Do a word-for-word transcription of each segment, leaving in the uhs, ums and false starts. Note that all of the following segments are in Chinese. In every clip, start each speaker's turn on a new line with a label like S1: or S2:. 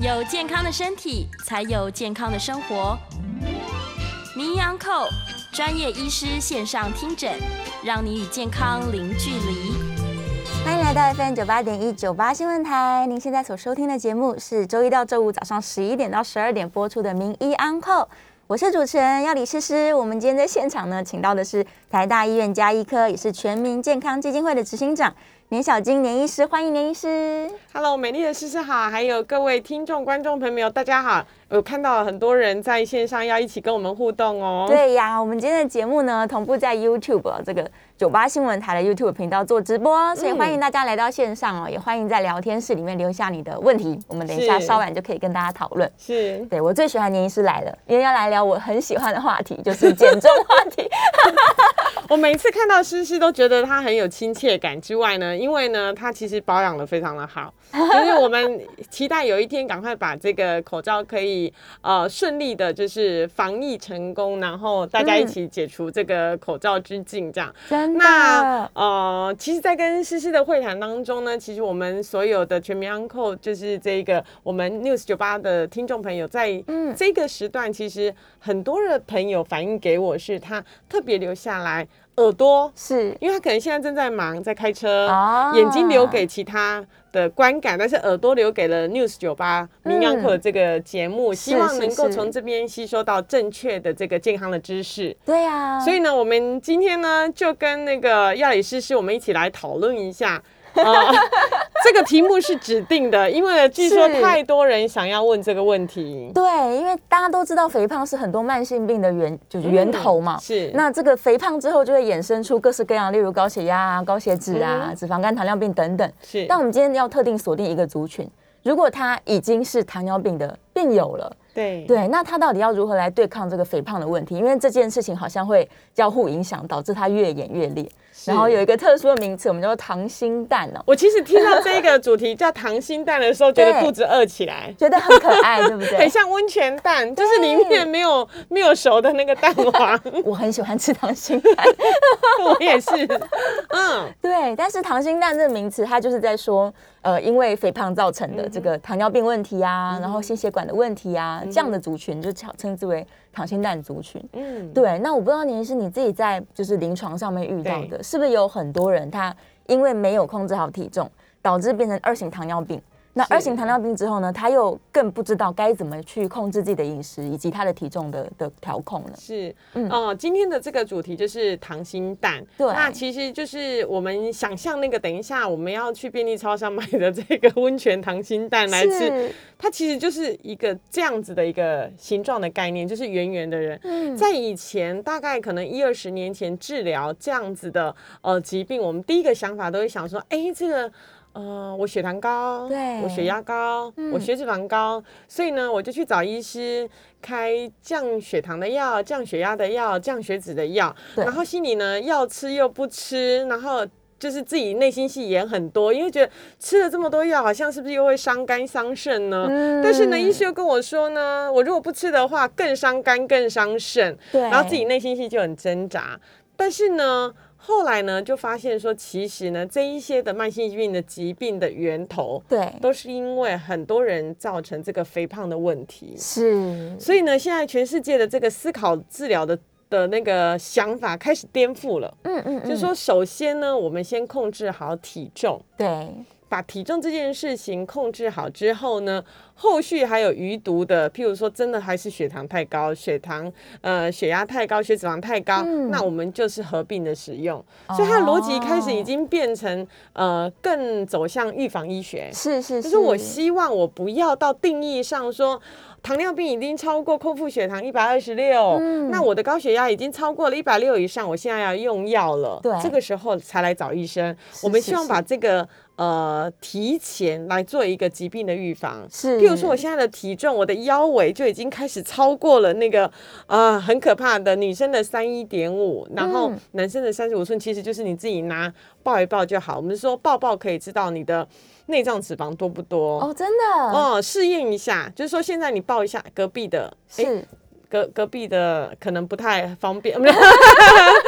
S1: 有健康的身体，才有健康的生活。名医安扣专业医师线上听诊，让你与健康零距离。
S2: 欢迎来到 F M 九八点一九八新闻台，您现在所收听的节目是周一到周五早上十一点到十二点播出的名医安扣。我是主持人药理诗诗，我们今天在现场呢，请到的是台大医院家医科，也是全民健康基金会的执行长年小金年医师，欢迎年医师。
S3: Hello， 美丽的诗诗好，还有各位听众、观众朋友，大家好。有看到很多人在线上要一起跟我们互动哦。
S2: 对呀，我们今天的节目呢，同步在 YouTube、哦、这个九八新闻台的 YouTube 频道做直播，所以欢迎大家来到线上哦，也欢迎在聊天室里面留下你的问题，我们等一下稍晚就可以跟大家讨论。
S3: 是，
S2: 对我最喜欢年医师来了，因为要来聊我很喜欢的话题，就是减重话题。
S3: 我每一次看到诗诗都觉得她很有亲切感之外呢，因为呢她其实保养的非常的好，就是我们期待有一天赶快把这个口罩可以呃顺利的，就是防疫成功，然后大家一起解除这个口罩之境，这样。
S2: 真的。
S3: 那呃，其实，在跟诗诗的会谈当中呢，其实我们所有的全民安扣，就是这个我们 News 九八的听众朋友，在这个时段，其实很多的朋友反映给我是，他特别留下来。耳朵
S2: 是
S3: 因为他可能现在正在忙，在开车，
S2: 啊、
S3: 眼睛留给其他的观感，但是耳朵留给了 News 九八名安扣这个节目，嗯、希望能够从这边吸收到正确的这个健康的知识。
S2: 对呀、啊，
S3: 所以呢，我们今天呢就跟那个药理诗诗，我们一起来讨论一下。呃、这个题目是指定的，因为据说太多人想要问这个问题。
S2: 对，因为大家都知道肥胖是很多慢性病的源，就是源头嘛。嗯、
S3: 是。
S2: 那这个肥胖之后就会衍生出各式各样，例如高血压啊、高血脂啊、嗯、脂肪肝、糖尿病等等。
S3: 是。
S2: 但我们今天要特定锁定一个族群，如果他已经是糖尿病的病友了。
S3: 对
S2: 对，那他到底要如何来对抗这个肥胖的问题？因为这件事情好像会交互影响，导致它越演越烈。然后有一个特殊的名词，我们叫做糖心蛋哦。
S3: 我其实听到这个主题叫糖心蛋的时候，觉得肚子饿起来，
S2: 觉得很可爱，对不对？
S3: 很像温泉蛋，就是里面没有没有熟的那个蛋黄。
S2: 我很喜欢吃糖心蛋，
S3: 我也是。嗯，
S2: 对。但是糖心蛋这个名词，它就是在说，呃，因为肥胖造成的这个糖尿病问题啊，嗯、然后心血管的问题啊。这样的族群就称之为糖心蛋族群。嗯，对。那我不知道您是你自己在就是临床上面遇到的，是不是有很多人他因为没有控制好体重，导致变成二型糖尿病？那二型糖尿病之后呢，他又更不知道该怎么去控制自己的饮食以及他的体重的的调控呢？
S3: 是，嗯、呃，今天的这个主题就是糖心蛋。
S2: 对，
S3: 那其实就是我们想象那个，等一下我们要去便利超商买的这个温泉糖心蛋来吃，它其实就是一个这样子的一个形状的概念，就是圆圆的人。嗯，在以前大概可能一二十年前治疗这样子的呃疾病，我们第一个想法都会想说，哎，这个。呃，我血糖高，
S2: 对，
S3: 我血压高，嗯、我血脂肪高，所以呢，我就去找医师开降血糖的药、降血压的药、降血脂的药，然后心里呢要吃又不吃，然后就是自己内心戏演很多，因为觉得吃了这么多药，好像是不是又会伤肝伤肾呢？嗯、但是呢，医师又跟我说呢，我如果不吃的话，更伤肝更伤肾，然后自己内心戏就很挣扎，但是呢。后来呢，就发现说，其实呢，这一些的慢性病的疾病的源头，
S2: 对，
S3: 都是因为很多人造成这个肥胖的问题。
S2: 是，
S3: 所以呢，现在全世界的这个思考治疗的的那个想法开始颠覆了。嗯嗯嗯，就是说，首先呢，我们先控制好体重，
S2: 对。
S3: 把体重这件事情控制好之后呢，后续还有余毒的，譬如说真的还是血糖太高、血糖呃血压太高、血脂肪太高，嗯、那我们就是合并的使用，哦、所以它的逻辑开始已经变成呃更走向预防医学。
S2: 是是是，
S3: 就是我希望我不要到定义上说。糖尿病已经超过空腹血糖一百二十六，那我的高血压已经超过了一百六以上，我现在要用药了。对，这个时候才来找医生。是是是，我们希望把这个呃提前来做一个疾病的预防。是，譬如说我现在的体重，我的腰围就已经开始超过了那个呃很可怕的女生的三一点五，然后男生的三十五寸，其实就是你自己拿抱一抱就好。我们说抱抱可以知道你的。内脏脂肪多不多？
S2: 哦，真的
S3: 哦，试验一下，就是说现在你抱一下隔壁的，
S2: 是
S3: 隔隔壁的可能不太方便，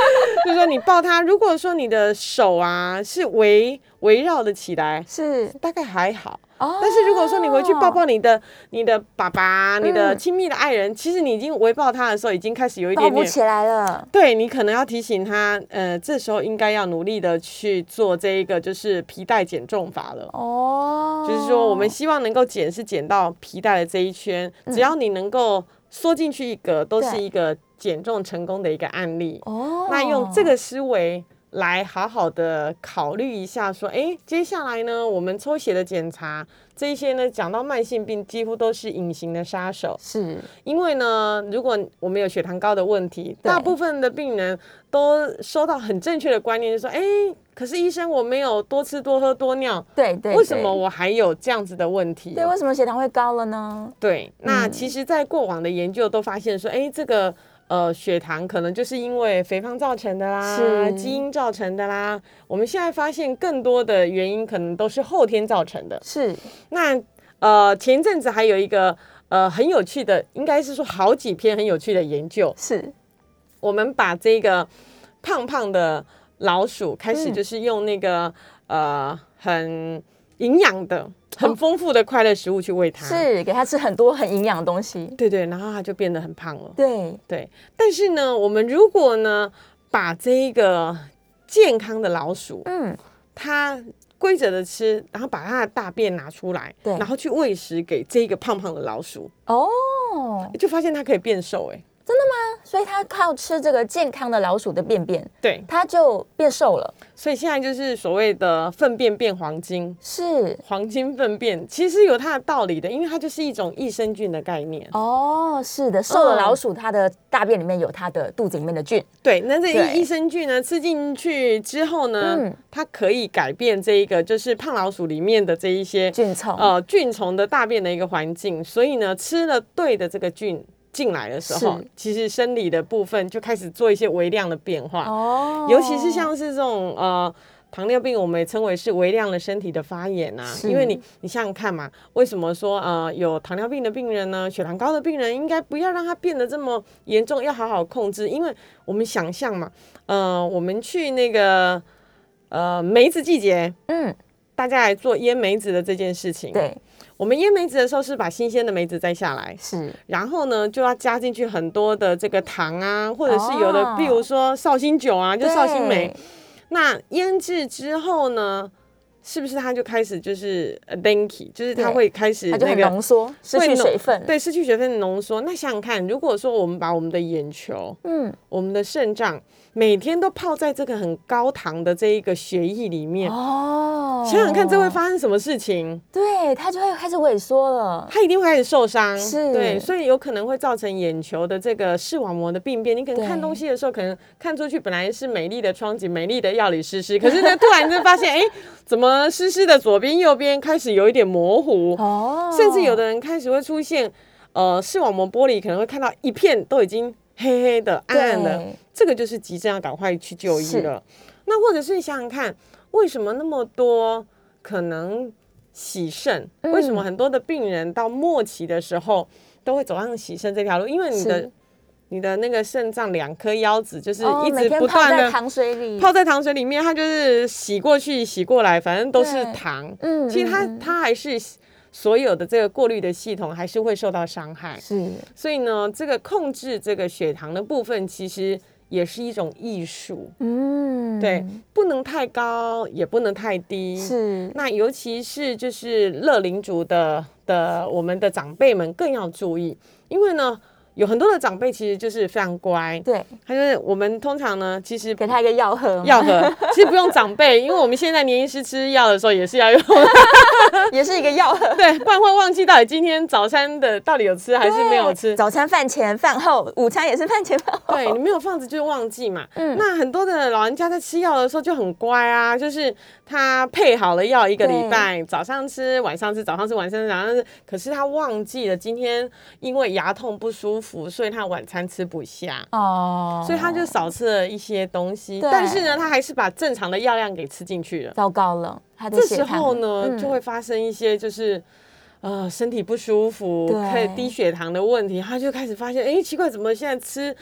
S3: 就是说你抱他，如果说你的手啊是围围绕的起来，
S2: 是
S3: 大概还好。哦、但是如果说你回去抱抱你的你的爸爸、嗯、你的亲密的爱人，其实你已经围抱他的时候，已经开始有一点点
S2: 抱不起来了。
S3: 对，你可能要提醒他，呃，这时候应该要努力的去做这一个就是皮带减重法了。哦，就是说我们希望能够减是减到皮带的这一圈，只要你能够缩进去一个，都是一个减重成功的一个案例。哦，那用这个思维来好好的考虑一下说，哎，接下来呢我们抽血的检查这一些呢，讲到慢性病几乎都是隐形的杀手。是因为呢如果我们有血糖高的问题，大部分的病人都收到很正确的观念，就说哎，可是医生我没有多吃多喝多尿，对 对, 对，为什么我还有这样子的问题？
S2: 对，为什么血糖会高了呢？
S3: 对，那其实在过往的研究都发现说，哎，这个呃，血糖可能就是因为肥胖造成的啦，基因造成的啦。我们现在发现更多的原因可能都是后天造成的。是，那呃，前一阵子还有一个呃很有趣的，应该是说好几篇很有趣的研究。是，我们把这个胖胖的老鼠开始就是用那个、嗯、呃很营养的。很丰富的快乐食物去喂它，
S2: 是给它吃很多很营养的东西，
S3: 对对，然后它就变得很胖了。
S2: 对
S3: 对，但是呢，我们如果呢把这一个健康的老鼠，嗯，它规则的吃，然后把它的大便拿出来，对，然后去喂食给这个胖胖的老鼠，哦，就发现它可以变瘦、欸，哎。
S2: 真的吗？所以他靠吃这个健康的老鼠的便便，
S3: 对，
S2: 他就变瘦了。
S3: 所以现在就是所谓的粪便变黄金，
S2: 是
S3: 黄金粪便，其实有它的道理的，因为它就是一种益生菌的概念。
S2: 哦，是的，瘦的老鼠它的大便里面有它的肚子里面的菌。
S3: 对，那这益益生菌呢，吃进去之后呢，嗯、它可以改变这一个就是胖老鼠里面的这一些
S2: 菌虫，
S3: 呃，菌虫的大便的一个环境。所以呢，吃了对的这个菌进来的时候，其实生理的部分就开始做一些微量的变化。哦，尤其是像是这种呃糖尿病，我们也称为是微量的身体的发炎啊。因为你你想想看嘛，为什么说呃有糖尿病的病人呢，血糖高的病人应该不要让它变得这么严重，要好好控制。因为我们想象嘛，呃，我们去那个呃梅子季节，嗯，大家来做腌梅子的这件事情，对。我们腌梅子的时候是把新鲜的梅子摘下来，是，然后呢就要加进去很多的这个糖啊，或者是有的，哦、比如说绍兴酒啊，就绍兴梅。那腌制之后呢，是不是它就开始就是 denky， 就是它会开始那个
S2: 它就很浓缩，失去水分，
S3: 对，失去水分的浓缩。那想想看，如果说我们把我们的眼球，嗯，我们的肾脏每天都泡在这个很高糖的这一个血液里面，哦，想想看这会发生什么事情？
S2: 对，它就会开始萎缩了，
S3: 它一定会开始受伤，是，对，所以有可能会造成眼球的这个视网膜的病变。你可能看东西的时候，可能看出去本来是美丽的窗景、美丽的药理诗诗，可是呢，突然就发现，哎，怎么湿湿的左边、右边开始有一点模糊，哦，甚至有的人开始会出现，呃，视网膜玻璃可能会看到一片都已经黑黑的、暗暗的。这个就是急症要赶快去就医了。那或者是想想看，为什么那么多可能洗肾？嗯、为什么很多的病人到末期的时候都会走上洗肾这条路？因为你的你的那个肾脏两颗腰子就是一直不断的、
S2: 哦、泡在糖水里，
S3: 泡在糖水里面，它就是洗过去、洗过来，反正都是糖。嗯，其实它它还是。所有的这个过滤的系统还是会受到伤害，是，所以呢，这个控制这个血糖的部分，其实也是一种艺术，嗯，对，不能太高，也不能太低，是。那尤其是就是乐龄族的的我们的长辈们更要注意，因为呢。有很多的长辈其实就是非常乖，对，他就是我们通常呢，其实
S2: 给他一个药盒，
S3: 药盒其实不用长辈，因为我们现在年医师吃药的时候也是要用，
S2: 也是一个药盒，
S3: 对，不然会忘记到底今天早餐的到底有吃还是没有吃。
S2: 早餐、饭前、饭后，午餐也是饭前饭后。
S3: 对，你没有放着就忘记嘛。嗯，那很多的老人家在吃药的时候就很乖啊，就是他配好了药一个礼拜，早上吃，晚上吃，早上吃，晚上吃，早上吃，可是他忘记了今天因为牙痛不舒服。所以他晚餐吃不下哦，所以他就少吃了一些东西，但是呢，他还是把正常的药量给吃进去了。
S2: 糟糕了，他的
S3: 这时候呢、嗯、就会发生一些就是呃身体不舒服、可以低血糖的问题。他就开始发现，哎，奇怪，怎么现在吃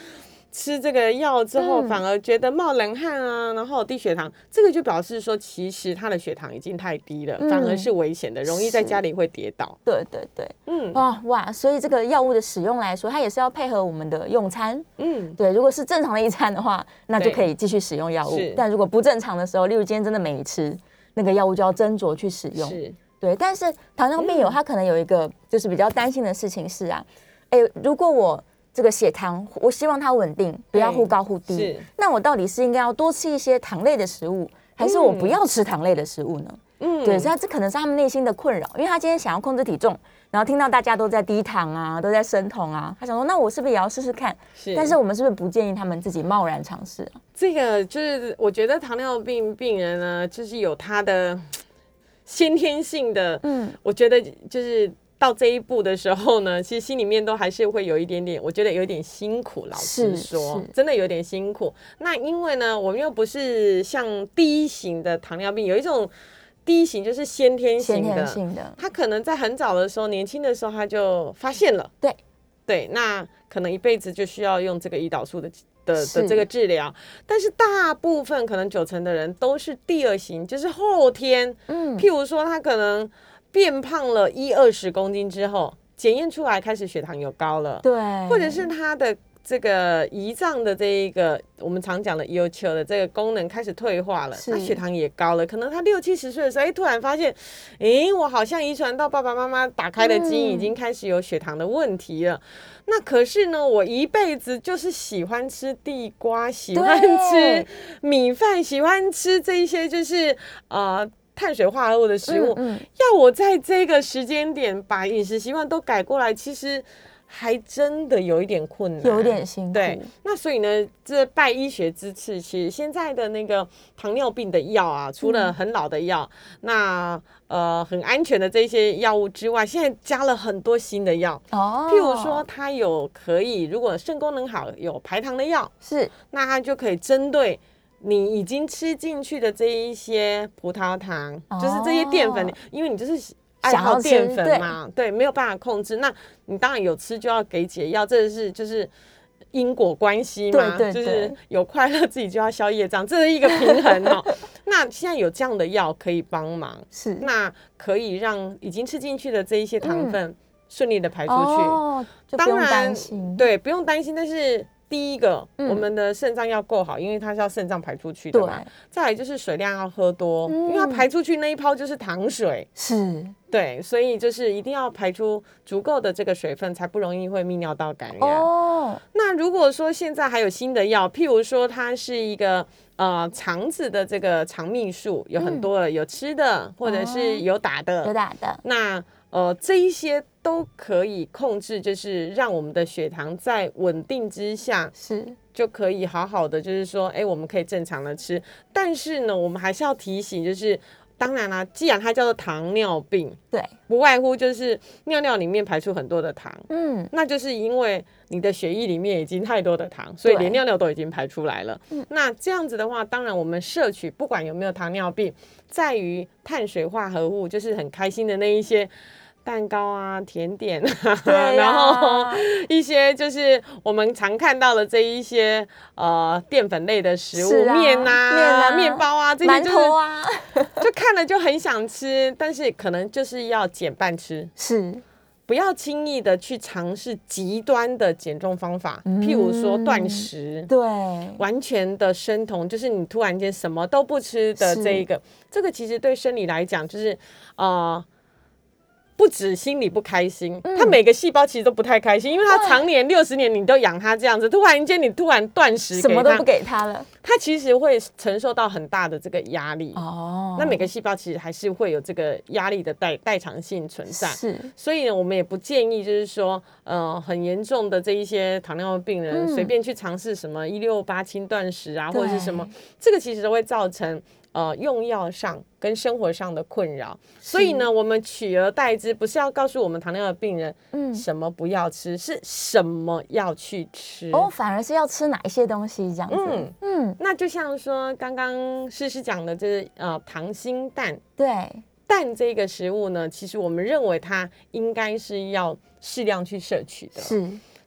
S3: 吃这个药之后，反而觉得冒冷汗啊，然后低血糖，这个就表示说，其实他的血糖已经太低了，嗯、反而是危险的，容易在家里会跌倒。
S2: 对对对，嗯，哇哇，所以这个药物的使用来说，它也是要配合我们的用餐。嗯，对，如果是正常的一餐的话，那就可以继续使用药物。但如果不正常的时候，例如今天真的没吃，那个药物就要斟酌去使用。是，对。但是糖尿病友他可能有一个就是比较担心的事情是啊，哎，如果我这个血糖，我希望它稳定，不要忽高忽低。那我到底是应该要多吃一些糖类的食物，还是我不要吃糖类的食物呢？嗯，对，所以这可能是他们内心的困扰，因为他今天想要控制体重，然后听到大家都在低糖啊，都在生酮啊，他想说，那我是不是也要试试看？是，但是我们是不是不建议他们自己贸然尝试啊？
S3: 这个就是我觉得糖尿病病人呢，就是有他的先天性的，嗯，我觉得就是。到这一步的时候呢，其实心里面都还是会有一点点，我觉得有一点辛苦。老实说，真的有点辛苦。那因为呢，我们又不是像第一型的糖尿病，有一种第一型就是先天型的，先天性的，他可能在很早的时候，年轻的时候他就发现了，
S2: 对
S3: 对，那可能一辈子就需要用这个胰岛素的的的这个治疗。但是大部分可能九成的人都是第二型，就是后天，嗯，譬如说他可能变胖了一二十公斤之后，检验出来开始血糖有高了，
S2: 对，
S3: 或者是他的这个胰脏的这一个我们常讲的 E O 球的这个功能开始退化了，他血糖也高了，可能他六七十岁的时候，哎，突然发现，哎，我好像遗传到爸爸妈妈打开的基因已经开始有血糖的问题了。嗯、那可是呢，我一辈子就是喜欢吃地瓜，喜欢吃米饭，喜欢吃这一些就是呃。碳水化合物的食物，嗯嗯、要我在这个时间点把饮食习惯都改过来，其实还真的有一点困难，
S2: 有点辛苦。
S3: 对，那所以呢，这拜医学之赐，其实现在的那个糖尿病的药啊，除了很老的药，嗯、那呃很安全的这些药物之外，现在加了很多新的药。哦，譬如说，它有可以，如果肾功能好，有排糖的药，
S2: 是，
S3: 那它就可以针对你已经吃进去的这一些葡萄糖，哦、就是这些淀粉，因为你就是爱好淀粉嘛，对，对，没有办法控制，那你当然有吃就要给解药，这是就是因果关系嘛，对对对，就是有快乐自己就要消业障，这是一个平衡哦。那现在有这样的药可以帮忙，是，那可以让已经吃进去的这一些糖分顺利的排出去，
S2: 哦，就不用担心，
S3: 对，不用担心，但是。第一个，嗯、我们的肾脏要够好，因为它是要肾脏排出去的嘛。再来就是水量要喝多，嗯、因为它排出去那一泡就是糖水。
S2: 是，
S3: 对，所以就是一定要排出足够的这个水分，才不容易会泌尿道感染。哦，那如果说现在还有新的药，譬如说它是一个呃肠子的这个肠泌素，有很多的，嗯、有吃的或者是有打的，
S2: 有打的。
S3: 那呃，这一些都可以控制，就是让我们的血糖在稳定之下，
S2: 是
S3: 就可以好好的，就是说，哎，我们可以正常的吃。但是呢，我们还是要提醒，就是当然啦，既然它叫做糖尿病，
S2: 对，
S3: 不外乎就是尿尿里面排出很多的糖，嗯，那就是因为你的血液里面已经太多的糖，所以连尿尿都已经排出来了。嗯，那这样子的话，当然我们摄取不管有没有糖尿病，在于碳水化合物，就是很开心的那一些。蛋糕啊，甜点啊，啊然后一些就是我们常看到的这一些呃淀粉类的食物，啊、面啊、面啊、面包啊，这些就是
S2: 馒头啊，
S3: 就看了就很想吃，但是可能就是要减半吃，
S2: 是
S3: 不要轻易的去尝试极端的减重方法，嗯、譬如说断食，
S2: 对，
S3: 完全的生酮，就是你突然间什么都不吃的这一个，这个其实对生理来讲就是呃。不止心里不开心，嗯、他每个细胞其实都不太开心，因为他常年六十年你都养他这样子，突然间你突然断食，
S2: 什么都不给他了，
S3: 他其实会承受到很大的这个压力。哦，那每个细胞其实还是会有这个压力的代代偿性存在。是，所以呢，我们也不建议就是说，呃，很严重的这一些糖尿病人随、嗯、便去尝试什么一六八轻断食啊，或者是什么，这个其实都会造成。呃，用药上跟生活上的困扰，所以呢，我们取而代之，不是要告诉我们糖尿病人，嗯，什么不要吃，是什么要去吃
S2: 哦，反而是要吃哪一些东西这样子，
S3: 嗯嗯，那就像说刚刚诗诗讲的，就是呃，溏心蛋，
S2: 对，
S3: 蛋这个食物呢，其实我们认为它应该是要适量去摄取的，
S2: 是。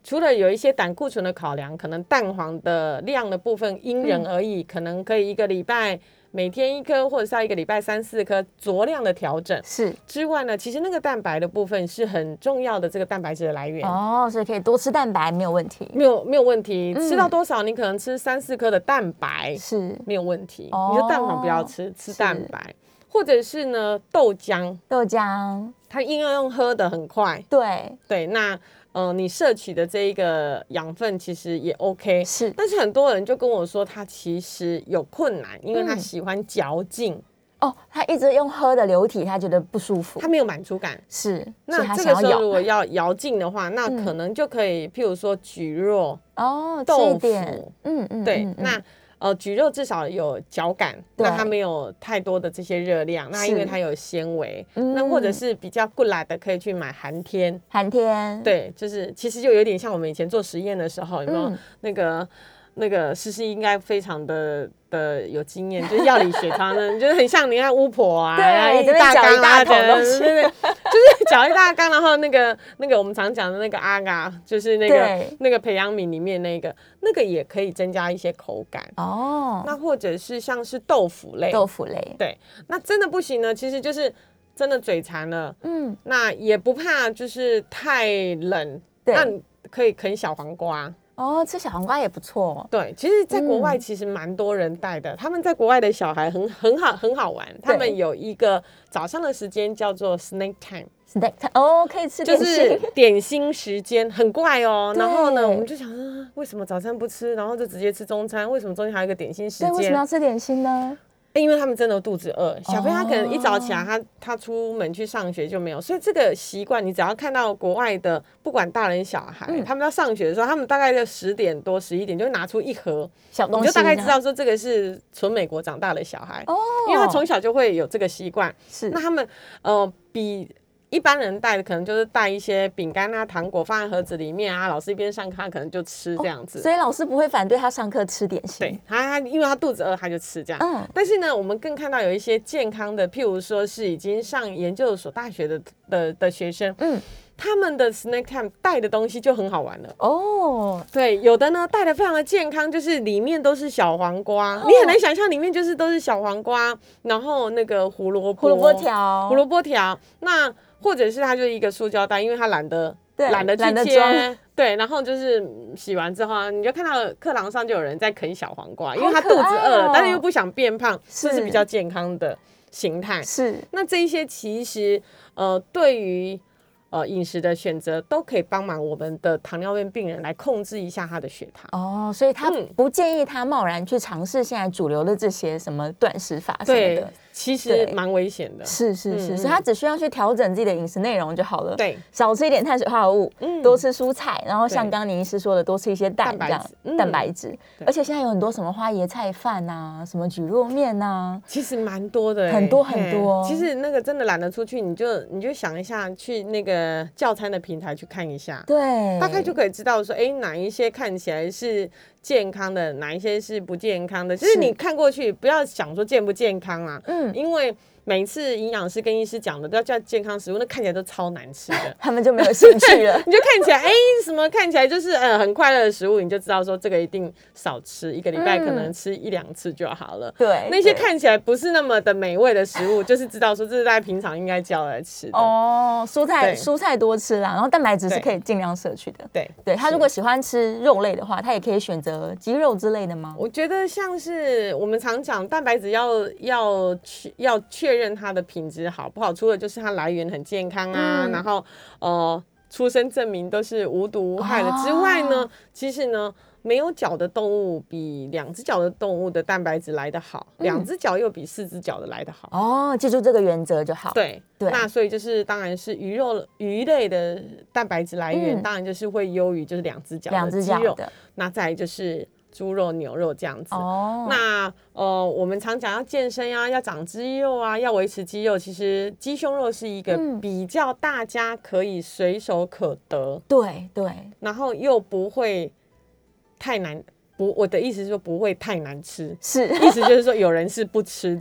S3: 除了有一些胆固醇的考量，可能蛋黄的量的部分因人而异，嗯、可能可以一个礼拜每天一颗，或者是要一个礼拜三四颗酌量的调整。是之外呢，其实那个蛋白的部分是很重要的，这个蛋白质的来源。
S2: 哦，所以可以多吃蛋白没有问题，
S3: 没有没有问题。嗯、吃到多少，你可能吃三四颗的蛋白是没有问题。哦、你就蛋黄不要吃，吃蛋白。或者是呢，豆浆，
S2: 豆浆，
S3: 它应用喝的很快，
S2: 对
S3: 对，那呃，你摄取的这一个养分其实也 OK，
S2: 是，
S3: 但是很多人就跟我说，他其实有困难，因为他喜欢嚼劲。
S2: 嗯、哦，他一直用喝的流体，他觉得不舒服，
S3: 他没有满足感。
S2: 是，
S3: 那这个时候如果要摇劲的话，那可能就可以，譬如说蒟蒻哦，豆腐，嗯嗯，对，嗯、那。呃，蒟蒻至少有嚼感，那它没有太多的这些热量，那因为它有纤维，嗯、那或者是比较过来的，可以去买寒天。
S2: 寒天，
S3: 对，就是其实就有点像我们以前做实验的时候，有没有、嗯、那个那个诗诗应该非常的的有经验，就是药理学上呢，就是很像你看巫婆啊，
S2: 对，
S3: 一大缸啊，
S2: 对对
S3: 对，就是搅一大缸，然后那个那个我们常讲的那个阿嘎，就是那个那个培养皿里面那个。那个也可以增加一些口感哦，那或者是像是豆腐类，
S2: 豆腐类，
S3: 对，那真的不行呢，其实就是真的嘴馋了，嗯，那也不怕就是太冷，那你可以啃小黄瓜。
S2: 哦，吃小黄瓜也不错。
S3: 对，其实在国外其实蛮多人带的，嗯、他们在国外的小孩很很好很好玩，他们有一个早上的时间叫做 snack time。snack
S2: time 哦，可以吃点心，
S3: 就是点心时间，很怪哦。然后呢，我们就想说，为什么早餐不吃，然后就直接吃中餐？为什么中间还有一个点心时间？
S2: 对，为什么要吃点心呢？
S3: 因为他们真的肚子饿，小朋友他可能一早起来，他他出门去上学就没有，所以这个习惯，你只要看到国外的，不管大人小孩，嗯、他们要上学的时候，他们大概在十点多、十一点就会拿出一盒
S2: 小东西，
S3: 你就大概知道说这个是纯美国长大的小孩，哦，因为他从小就会有这个习惯。是，那他们呃比。一般人带的可能就是带一些饼干啊、糖果放在盒子里面啊，老师一边上课他可能就吃这样子、
S2: 哦，所以老师不会反对他上课吃点心。
S3: 对，他他因为他肚子饿他就吃这样。嗯，但是呢，我们更看到有一些健康的，譬如说是已经上研究所、大学的的的学生，嗯。他们的 snack time 带的东西就很好玩了哦，对，有的呢带的非常的健康，就是里面都是小黄瓜，哦、你很难想象里面就是都是小黄瓜，然后那个胡萝卜、
S2: 胡萝卜条、
S3: 胡萝卜条，那或者是它就是一个塑胶袋，因为它懒得懒得去切，对，然后就是洗完之后，你就看到课堂上就有人在啃小黄瓜，因为他肚子饿了，哦、但是又不想变胖，这 是, 是比较健康的形态。是，那这一些其实呃对于呃，饮食的选择都可以帮忙我们的糖尿病病人来控制一下他的血糖
S2: 哦，所以他不建议他贸然去尝试现在主流的这些什么断食法什么的，
S3: 其实蛮危险的。
S2: 是是是，嗯、所以他只需要去调整自己的饮食内容就好了。
S3: 对，
S2: 少吃一点碳水化合物，嗯、多吃蔬菜，然后像刚刚您医师说的，多吃一些蛋这样蛋白质。嗯、而且现在有很多什么花椰菜饭啊，什么蒟蒻面啊，
S3: 其实蛮多的、欸，
S2: 很多很多。
S3: 其实那个真的懒得出去，你就你就想一下，去那个。教餐的平台去看一下，
S2: 对，
S3: 大概就可以知道说，哎，哪一些看起来是健康的，哪一些是不健康的。就是你看过去，不要想说健不健康啊，嗯，因为每一次营养师跟医师讲的都要叫健康食物，那看起来都超难吃的，
S2: 他们就没有兴趣了。
S3: 你就看起来，哎，什么看起来就是呃很快乐的食物，你就知道说这个一定少吃，一个礼拜可能吃一两次就好了。对、嗯，那些看起来不是那么的美味的食物，就是知道说这是在平常应该叫来吃的。
S2: 哦，蔬菜蔬菜多吃啦，然后蛋白质是可以尽量摄取的。
S3: 对
S2: 对，他如果喜欢吃肉类的话，他也可以选择鸡肉之类的吗？
S3: 我觉得像是我们常讲蛋白质要要要确认它的品质好不好，除了就是它来源很健康啊，嗯、然后呃出生证明都是无毒无害的之外呢，哦、其实呢没有脚的动物比两只脚的动物的蛋白质来得好，嗯、两只脚又比四只脚的来得好。
S2: 哦，记住这个原则就好。
S3: 对对，那所以就是当然是鱼肉鱼类的蛋白质来源，嗯、当然就是会优于就是两只脚的鸡肉。那再来就是猪肉、牛肉这样子。哦，那呃，我们常讲要健身啊，要长肌肉啊，要维持肌肉。其实鸡胸肉是一个比较大家可以随手可得，
S2: 对对，
S3: 然后又不会太难。不，我的意思是说不会太难吃，
S2: 是
S3: 意思就是说有人是不吃的。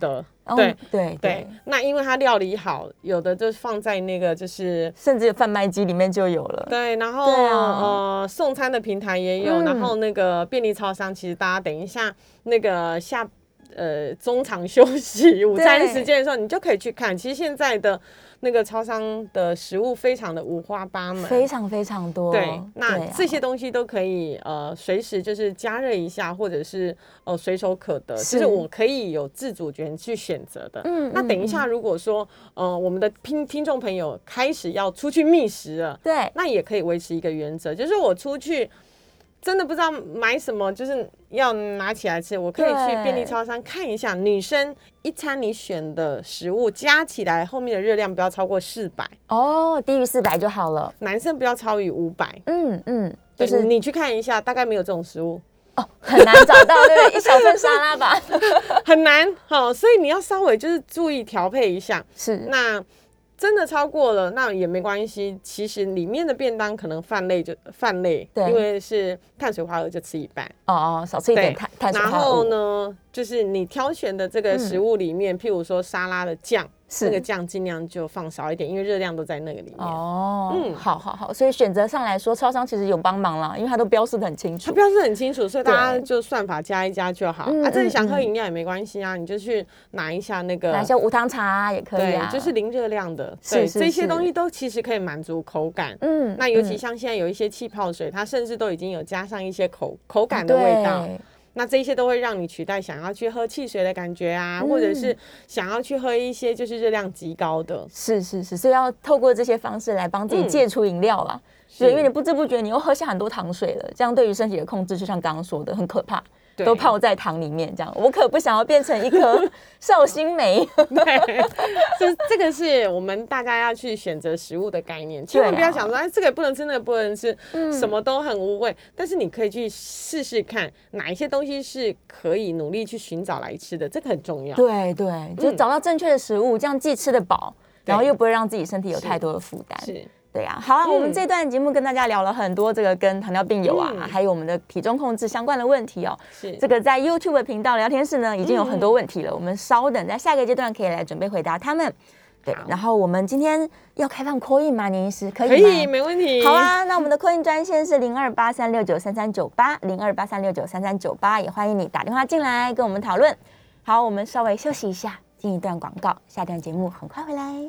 S3: 对
S2: 对对，
S3: 那因为它料理好，有的就放在那个就是
S2: 甚至贩卖机里面就有了。
S3: 对，然后对、啊、呃送餐的平台也有、嗯，然后那个便利超商，其实大家等一下那个下呃中场休息午餐时间的时候，你就可以去看。其实现在的那个超商的食物非常的五花八门，
S2: 非常非常多。
S3: 对，那这些东西都可以呃随时就是加热一下，或者是呃随手可得，是就是我可以有自主权去选择的。嗯，那等一下如果说呃我们的听听众朋友开始要出去觅食了，
S2: 对，
S3: 那也可以维持一个原则，就是我出去真的不知道买什么，就是要拿起来吃，我可以去便利超商看一下，女生一餐你选的食物加起来后面的热量不要超过四百
S2: 哦，低于四百就好了。
S3: 男生不要超于五百。
S2: 嗯嗯，
S3: 就是你去看一下，大概没有这种食物
S2: 哦，很难找到，对不对？一小份沙拉吧，
S3: 很难。好，所以你要稍微就是注意调配一下。
S2: 是，
S3: 那真的超过了，那也没关系。其实里面的便当可能饭类就饭类，对，因为是碳水化合物就吃一半。
S2: 哦哦，少吃一点碳碳水化合物。
S3: 然后呢，就是你挑选的这个食物里面，嗯、譬如说沙拉的酱，那个酱尽量就放少一点，因为热量都在那个里面。哦，
S2: 嗯，好好好。所以选择上来说，超商其实有帮忙啦，因为它都标示得很清楚。
S3: 它标示很清楚，所以大家就算法加一加就好。啊，这里想喝饮料也没关系啊，你就去拿一下那个，
S2: 拿一下无糖茶也可以啊，
S3: 对，就是零热量的。对，这些东西都其实可以满足口感。嗯，那尤其像现在有一些气泡水，它甚至都已经有加上一些口口感的味道。那这些都会让你取代想要去喝汽水的感觉啊，嗯、或者是想要去喝一些就是热量极高的。
S2: 是是是，所以要透过这些方式来帮自己戒除饮料啦。对、嗯，因为你不知不觉你又喝下很多糖水了，这样对于身体的控制，就像刚刚说的，很可怕。都泡在糖里面，这样我可不想要变成一颗绍兴梅。
S3: 对，这这个是我们大家要去选择食物的概念，千万不要想说，哎，这个也不能吃，那个不能吃，嗯、什么都很无味。但是你可以去试试看，哪一些东西是可以努力去寻找来吃的，这个很重要。
S2: 对对，就找到正确的食物，这样既吃得饱，然后又不会让自己身体有太多的负担。是。对啊，好啊、嗯，我们这段节目跟大家聊了很多这个跟糖尿病友啊，嗯、还有我们的体重控制相关的问题哦。是这个在 YouTube 频道聊天室呢，已经有很多问题了，嗯、我们稍等，在下个阶段可以来准备回答他们。对，然后我们今天要开放 call in 吗？年医师可以吗？
S3: 可以，没问题。
S2: 好啊，那我们的 call in 专线是零二八三六九三三九八零二八三六九三三九八，也欢迎你打电话进来跟我们讨论。好，我们稍微休息一下，进一段广告，下段节目很快回来。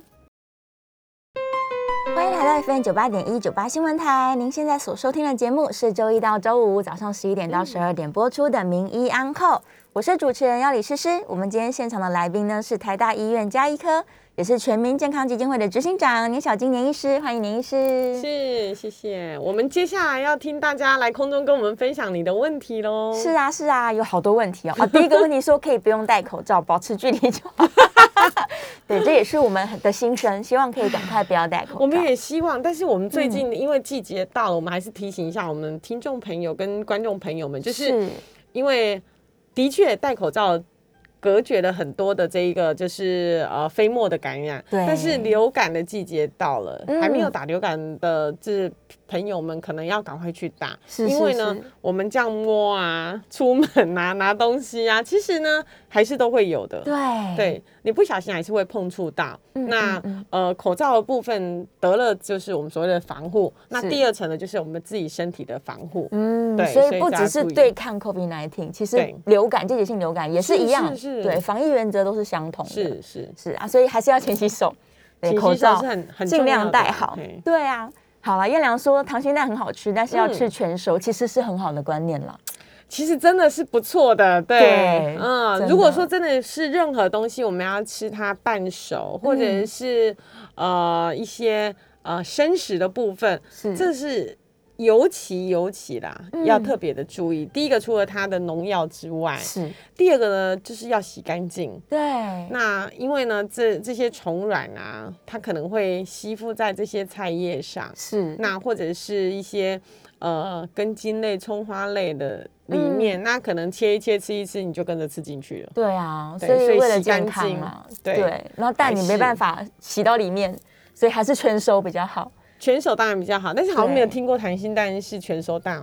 S2: 欢迎来到 F M 九八点一九八新闻台，您现在所收听的节目是周一到周五早上十一点到十二点播出的《名医安扣》，我是主持人要李诗诗。我们今天现场的来宾呢是台大医院家医科，也是全民健康基金会的执行长年小金年医师，欢迎年医师。
S3: 是，谢谢。我们接下来要听大家来空中跟我们分享你的问题喽。
S2: 是啊，是啊，有好多问题哦。啊，第一个问题说可以不用戴口罩，保持距离就好。对，这也是我们的心声，希望可以赶快不要戴口罩。
S3: 我们也希望，但是我们最近因为季节到了，嗯、我们还是提醒一下我们听众朋友跟观众朋友们，就是因为的确戴口罩隔绝了很多的这一个就是呃飞沫的感染，对。但是流感的季节到了，嗯、还没有打流感的这朋友们可能要赶快去打，是是是因为呢，我们这样摸啊、出门啊、拿东西啊，其实呢还是都会有的。对，对，你不小心还是会碰触到。嗯、那、嗯、呃，口罩的部分得了就是我们所谓的防护，那第二层呢就是我们自己身体的防护。嗯，
S2: 对，所以不只是对抗 COVID 十九， 其实流感、季节性流感也是一样，是是是对，防疫原则都是相同的。是是是啊，所以还是要勤洗手，对，口罩是很很尽量戴好。对啊。好了，燕良说溏心蛋很好吃，但是要吃全熟，嗯、其实是很好的观念啦。
S3: 其实真的是不错的，对，对嗯，如果说真的是任何东西，我们要吃它半熟，或者是、嗯、呃一些呃生食的部分，是这是尤其尤其啦，嗯、要特别的注意。第一个，除了它的农药之外，是第二个呢，就是要洗干净。对，那因为呢，这这些虫卵啊，它可能会吸附在这些菜叶上，是那或者是一些呃根茎类、葱花类的里面，嗯、那可能切一切、吃一吃，你就跟着吃进去了。
S2: 对啊，所以为了健康嘛，对，对然后蛋你没办法洗到里面，所以还是全熟比较好。
S3: 全熟当然比较好，但是好像没有听过溏心蛋是全熟蛋哦。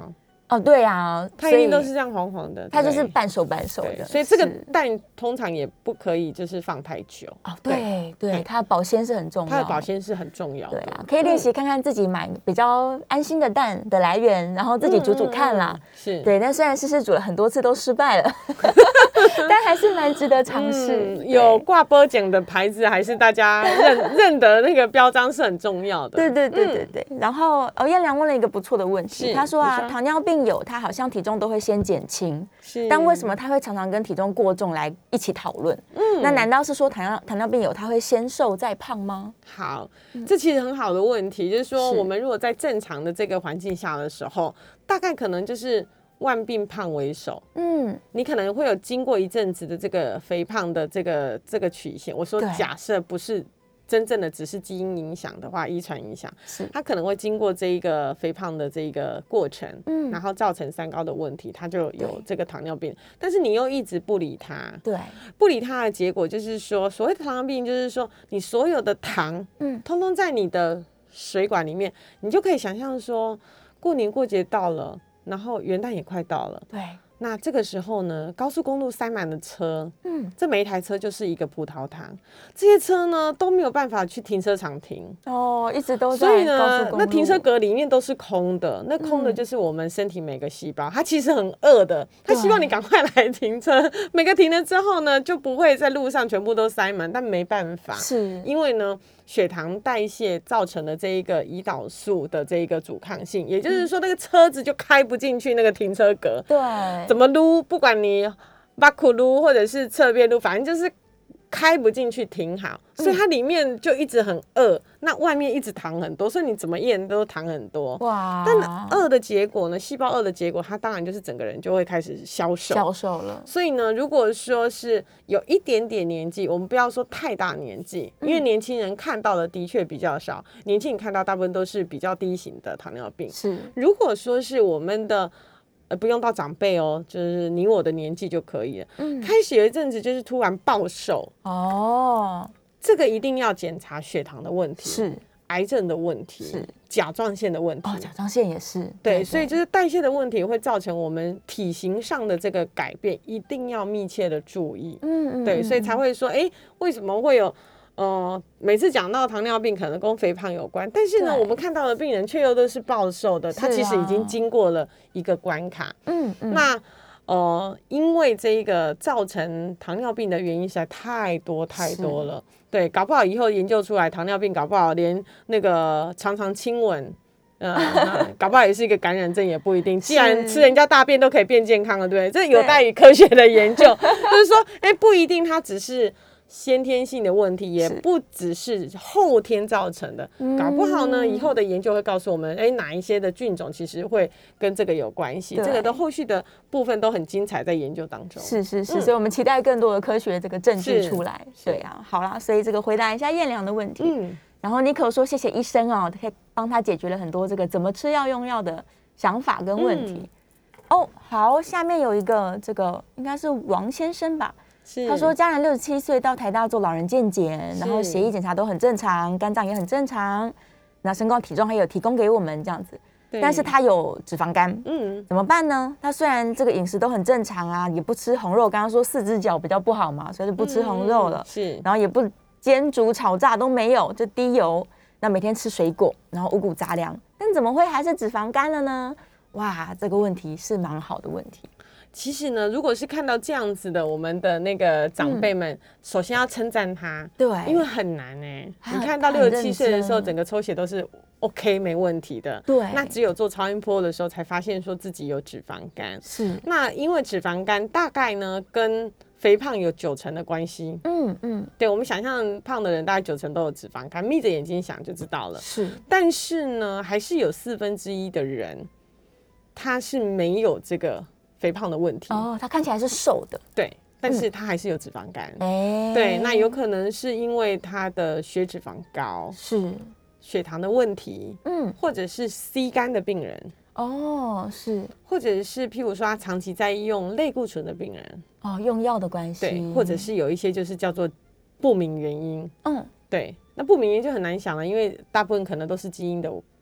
S2: 哦，对啊，
S3: 它一定都是这样黄黄的，
S2: 它就是半熟半熟的，
S3: 所以这个蛋通常也不可以就是放太久。
S2: 哦，对对，它的保鲜是很重要，
S3: 它的保鲜是很重要的。
S2: 对啊，可以练习看看自己买比较安心的蛋的来源，然后自己煮煮看啦。
S3: 是，
S2: 对，但虽然试试煮了很多次都失败了，但还是蛮值得尝试。
S3: 有挂波奖的牌子，还是大家认认得那个标章是很重要的。
S2: 对对对对对。然后哦，燕良问了一个不错的问题，他说啊，糖尿病友他好像体重都会先减轻，但为什么他会常常跟体重过重来一起讨论？嗯，那难道是说糖尿糖尿病友他会先瘦再胖吗？
S3: 好，这其实很好的问题，就是说我们如果在正常的这个环境下的时候，大概可能就是万病胖为首。嗯，你可能会有经过一阵子的这个肥胖的这个这个曲线。我说假设不是真正的只是基因影响的话，遗传影响，它可能会经过这一个肥胖的这一个过程，嗯，然后造成三高的问题，它就有这个糖尿病。但是你又一直不理它，
S2: 对，
S3: 不理它的结果就是说，所谓的糖尿病就是说，你所有的糖，嗯，通通在你的水管里面，你就可以想象说，过年过节到了，然后元旦也快到了，
S2: 对。
S3: 那这个时候呢，高速公路塞满了车，嗯，这每一台车就是一个葡萄糖，这些车呢都没有办法去停车场停，
S2: 哦，一直都在高速公路。所以呢，
S3: 那停车格里面都是空的，那空的就是我们身体每个细胞，它其实很饿的，它希望你赶快来停车。每个停了之后呢，就不会在路上全部都塞满，但没办法，
S2: 是因
S3: 为呢。血糖代谢造成的这一个胰岛素的这一个阻抗性，也就是说那个车子就开不进去那个停车格。
S2: 对，
S3: 怎么撸，不管你巴库撸或者是侧边撸，反正就是开不进去停好，所以它里面就一直很饿，嗯、那外面一直糖很多，所以你怎么验都糖很多。哇！但饿的结果呢？细胞饿的结果，它当然就是整个人就会开始消瘦，
S2: 消瘦了。
S3: 所以呢，如果说是有一点点年纪，我们不要说太大年纪，因为年轻人看到的的确比较少，年轻人看到大部分都是比较低型的糖尿病。
S2: 是，
S3: 如果说是我们的。呃，不用到长辈哦，就是你我的年纪就可以了。嗯，开始有一阵子就是突然暴瘦哦，这个一定要检查血糖的问题，
S2: 是
S3: 癌症的问题，是甲状腺的问题。
S2: 哦，甲状腺也是。
S3: 对，对所以就是代谢的问题会造成我们体型上的这个改变，一定要密切的注意。嗯嗯，对，所以才会说，哎，为什么会有？呃，每次讲到糖尿病，可能跟肥胖有关，但是呢，我们看到的病人却又都是暴瘦的，他其实已经经过了一个关卡。嗯嗯。那呃，因为这一个造成糖尿病的原因实在太多太多了，对，搞不好以后研究出来糖尿病，搞不好连那个常常亲吻。呃，搞不好也是一个感染症，也不一定。既然吃人家大便都可以变健康了，对不对？这有待于科学的研究。就是说，哎、欸，不一定，它只是先天性的问题，也不只是后天造成的。搞不好呢，以后的研究会告诉我们，哎、欸，哪一些的菌种其实会跟这个有关系。这个的后续的部分都很精彩，在研究当中。
S2: 是是是，嗯、所以我们期待更多的科学这个证据出来。对啊，好啦，所以这个回答一下燕良的问题。嗯。然后妮可说：“谢谢医生哦，可以帮他解决了很多这个怎么吃药用药的想法跟问题。嗯”哦，好，下面有一个这个应该是王先生吧？他说家人六十七岁到台大做老人健检，然后血液检查都很正常，肝脏也很正常，那身高体重还有提供给我们这样子。但是他有脂肪肝，嗯，怎么办呢？他虽然这个饮食都很正常啊，也不吃红肉，刚刚说四只脚比较不好嘛，所以就不吃红肉了。是，然后也不。煎煮炒炸都没有，就低油。那每天吃水果，然后五谷杂粮，但怎么会还是脂肪肝了呢？哇，这个问题是蛮好的问题。
S3: 其实呢，如果是看到这样子的，我们的那个长辈们，嗯、首先要称赞他，对，因为很难哎、欸。你看到六十七岁的时候，整个抽血都是 OK 没问题的，对。那只有做超音波的时候，才发现说自己有脂肪肝。是。那因为脂肪肝大概呢跟肥胖有九成的关系，嗯嗯，对，我们想象胖的人大概九成都有脂肪肝，眯着眼睛想就知道了。是，但是呢，还是有四分之一的人，他是没有这个肥胖的问题。
S2: 哦，他看起来是瘦的，
S3: 对，但是他还是有脂肪肝。哎、嗯，对，那有可能是因为他的血脂肪高，是血糖的问题，嗯，或者是 C 肝的病人。哦，是，或者是譬如说他长期在用类固醇的病人，
S2: 哦，用药的关系，
S3: 对，或者是有一些就是叫做不明原因，嗯，对，那不明原因就很难想了，因为大部分可能都是基因的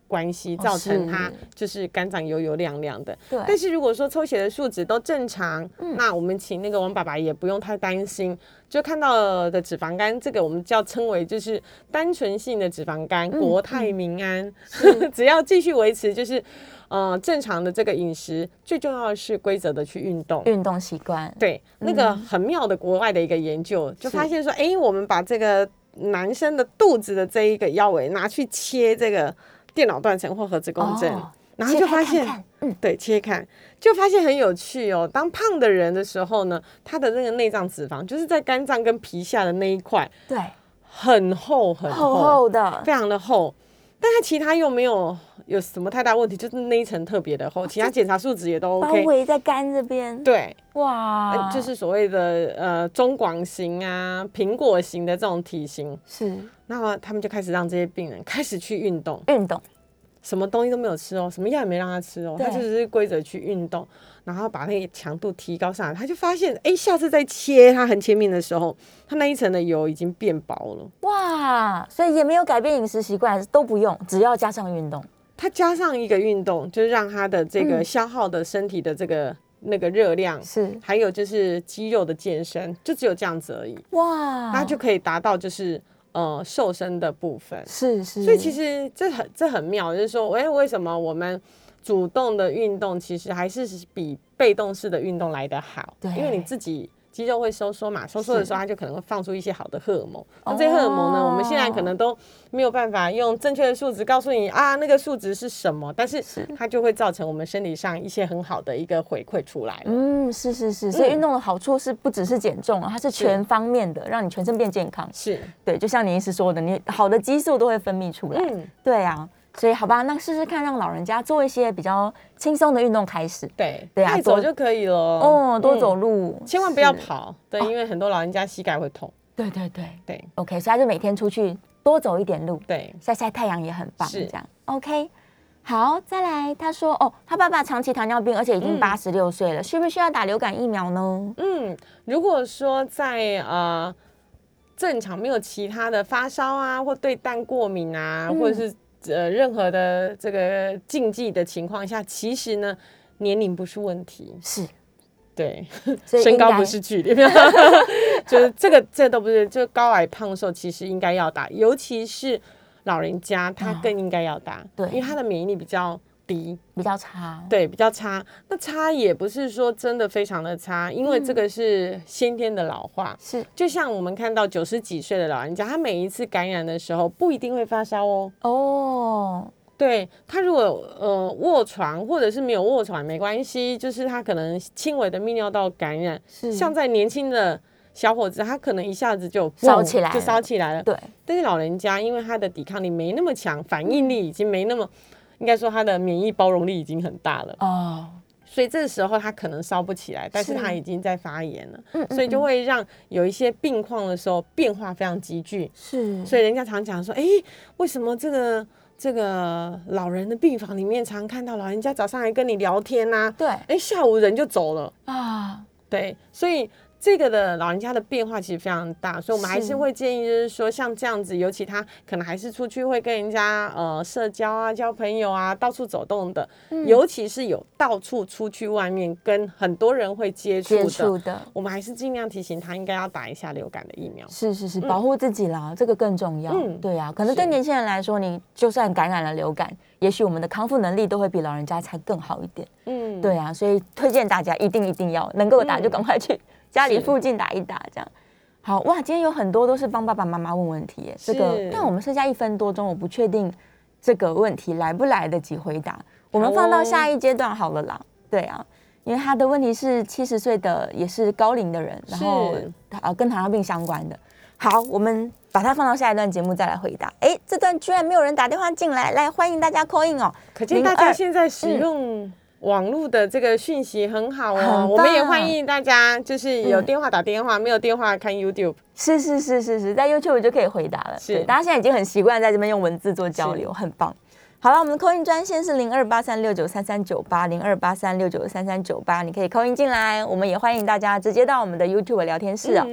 S3: 关系，造成它就是肝脏油油亮亮的。
S2: 对。
S3: 但是如果说抽血的数值都正常，嗯、那我们请那个王爸爸也不用太担心，就看到的脂肪肝，这个我们叫称为就是单纯性的脂肪肝，嗯、国泰民安，嗯、只要继续维持就是。呃，正常的这个饮食，最重要的是规则的去运动，
S2: 运动习惯。
S3: 对，那个很妙的国外的一个研究，嗯、就发现说，哎，我们把这个男生的肚子的这一个腰围拿去切这个电脑断层或核磁共振，哦、然后就发现，看看嗯，对，切看，就发现很有趣哦。当胖的人的时候呢，他的那个内脏脂肪，就是在肝脏跟皮下的那一块，
S2: 对，
S3: 很厚很厚，
S2: 厚厚的，
S3: 非常的厚。但它其他又没有有什么太大问题，就是那一层特别的厚，其他检查数值也都 OK。
S2: 包围在肝这边。
S3: 对，
S2: 哇、
S3: 呃，就是所谓的呃中广型啊、苹果型的这种体型。
S2: 是。
S3: 那么他们就开始让这些病人开始去运动，
S2: 运动，
S3: 什么东西都没有吃哦，什么药也没让他吃哦，他就只是规则去运动，然后把那个强度提高上来，他就发现，哎，下次再切他很前面的时候，他那一层的油已经变薄了。
S2: 哇，所以也没有改变饮食习惯，都不用，只要加上运动。
S3: 他加上一个运动，就是让他的这个消耗的身体的这个、嗯、那个热量
S2: 是，
S3: 还有就是肌肉的健身，就只有这样子而已。哇，他就可以达到就是呃瘦身的部分。
S2: 是是，
S3: 所以其实这很这很妙，就是说，哎，为什么我们主动的运动其实还是比被动式的运动来得好？对，因为你自己肌肉会收缩嘛，收缩的时候它就可能会放出一些好的荷尔蒙。那这些荷尔蒙呢，我们现在可能都没有办法用正确的数值告诉你啊，那个数值是什么，但是它就会造成我们身体上一些很好的一个回馈出来了。
S2: 嗯，是是是，所以运动的好处是不只是减重，它是全方面的，让你全身变健康。是，对，就像你医师说的，你好的激素都会分泌出来。嗯，对啊。所以好吧，那试试看，让老人家做一些比较轻松的运动开始。对
S3: 对啊，走就可以了。
S2: 哦，多走路，
S3: 嗯、千万不要跑。对，因为很多老人家膝盖会痛。
S2: 对对对
S3: 对。
S2: OK， 所以他就每天出去多走一点路，
S3: 对，
S2: 晒晒太阳也很棒。是这样。OK， 好，再来，他说哦，他爸爸长期糖尿病，而且已经八十六岁了，嗯、需不需要打流感疫苗呢？
S3: 嗯，如果说在呃正常没有其他的发烧啊，或对蛋过敏啊，嗯、或者是。呃，任何的这个禁忌的情况下，其实呢，年龄不是问题，
S2: 是，
S3: 对，身高不是距离，就是这个这都不是，就高矮胖瘦其实应该要打，尤其是老人家，他更应该要打，对、嗯，因为他的免疫力比较低，
S2: 比较差，
S3: 对，比较差。那差也不是说真的非常的差，因为这个是先天的老化。是、嗯，就像我们看到九十几岁的老人家，他每一次感染的时候不一定会发烧哦。哦，对，他如果呃卧床或者是没有卧床没关系，就是他可能轻微的泌尿道感染，是像在年轻的小伙子，他可能一下子就
S2: 烧起来，
S3: 就烧起来了。
S2: 对，
S3: 但是老人家因为他的抵抗力没那么强，反应力已经没那么。应该说他的免疫包容力已经很大了哦，所以这时候他可能烧不起来，但是他已经在发炎了，嗯嗯嗯，所以就会让有一些病况的时候变化非常急剧。是，所以人家常讲说，哎，为什么这个这个老人的病房里面常看到老人家早上来跟你聊天啊，对，哎，下午人就走了啊，对，所以。这个的老人家的变化其实非常大，所以我们还是会建议，就是说像这样子，尤其他可能还是出去会跟人家呃社交啊、交朋友啊、到处走动的，嗯、尤其是有到处出去外面跟很多人会接触的，接触的我们还是尽量提醒他应该要打一下流感的疫苗。
S2: 是是是，保护自己啦，嗯、这个更重要。嗯，对啊，可能对年轻人来说，你就算感染了流感，也许我们的康复能力都会比老人家才更好一点。嗯，对啊，所以推荐大家一定一定要能够打就赶快去。嗯家里附近打一打，这样好哇！今天有很多都是帮爸爸妈妈问问题耶，这个但我们剩下一分多钟，我不确定这个问题来不来得及回答，我们放到下一阶段好了啦。对啊，因为他的问题是七十岁的，也是高龄的人，然后呃跟糖尿病相关的。好，我们把它放到下一段节目再来回答。哎，这段居然没有人打电话进来，来欢迎大家 call in 哦！
S3: 可见大家现在使用、嗯。网络的这个讯息很好哦，我们也欢迎大家，就是有电话打电话，嗯、没有电话看 YouTube。
S2: 是是是是是，在 YouTube 就可以回答了。是，大家现在已经很习惯在这边用文字做交流，很棒。好了，我们的 call in 专线是零二八三六九三三九八零二八三六九三三九八，你可以 call in 进来，我们也欢迎大家直接到我们的 YouTube 聊天室啊。嗯